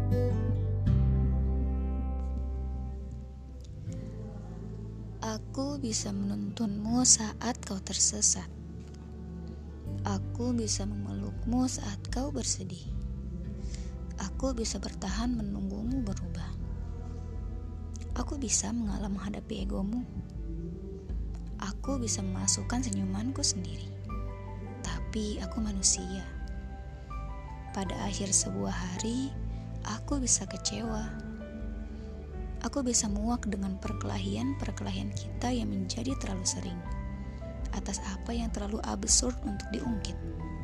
Aku bisa menuntunmu saat kau tersesat. Aku bisa memelukmu saat kau bersedih. Aku bisa bertahan menunggumu berubah. Aku bisa mengalah menghadapi egomu. Aku bisa memasukkan senyumanku sendiri. Tapi aku manusia. Pada akhir sebuah hari, aku bisa kecewa. Aku bisa muak dengan perkelahian kita yang menjadi terlalu sering atas apa yang terlalu absurd untuk diungkit.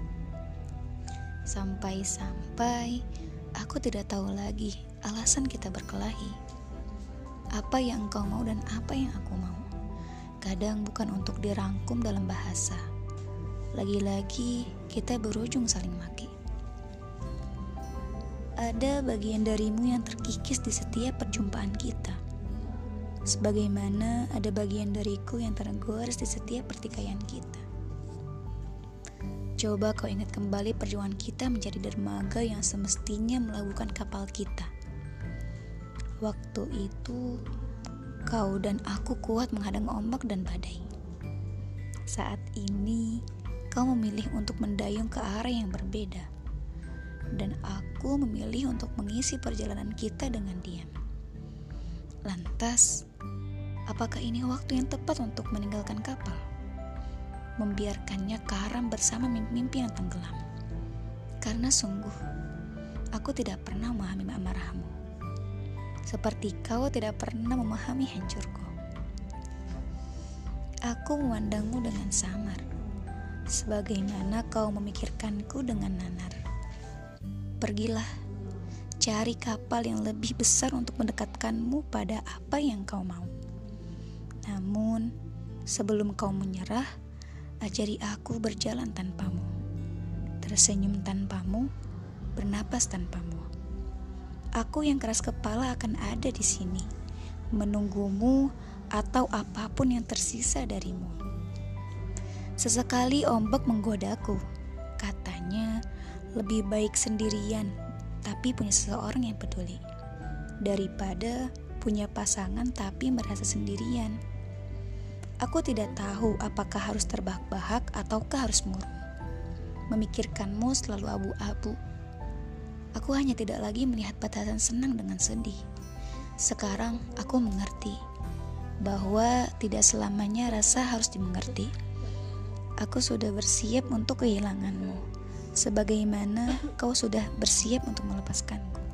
Sampai-sampai aku tidak tahu lagi alasan kita berkelahi. Apa yang engkau mau dan apa yang aku mau. Kadang bukan untuk dirangkum dalam bahasa. Lagi-lagi kita berujung saling maki. Ada bagian darimu yang terkikis di setiap perjumpaan kita. Sebagaimana ada bagian dariku yang tergores di setiap pertikaian kita. Coba kau ingat kembali perjuangan kita menjadi dermaga yang semestinya melabuhkan kapal kita. Waktu itu, kau dan aku kuat menghadang ombak dan badai. Saat ini, kau memilih untuk mendayung ke arah yang berbeda. Dan aku memilih untuk mengisi perjalanan kita dengan diam. Lantas, apakah ini waktu yang tepat untuk meninggalkan kapal? Membiarkannya karam bersama mimpi-mimpi yang tenggelam. Karena sungguh, aku tidak pernah memahami amarahmu. Seperti kau tidak pernah memahami hancurku. Aku memandangmu dengan samar, sebagaimana kau memikirkanku dengan nanar. Pergilah, cari kapal yang lebih besar untuk mendekatkanmu pada apa yang kau mau. Namun, sebelum kau menyerah, ajari aku berjalan tanpamu, tersenyum tanpamu, bernapas tanpamu. Aku yang keras kepala akan ada di sini, menunggumu atau apapun yang tersisa darimu. Sesekali ombak menggodaku, katanya, lebih baik sendirian, tapi punya seseorang yang peduli, daripada punya pasangan tapi merasa sendirian. Aku tidak tahu apakah harus terbahak-bahak ataukah harus murung. Memikirkanmu selalu abu-abu. Aku hanya tidak lagi melihat batasan senang dengan sedih. Sekarang aku mengerti bahwa tidak selamanya rasa harus dimengerti. Aku sudah bersiap untuk kehilanganmu, sebagaimana kau sudah bersiap untuk melepaskanku.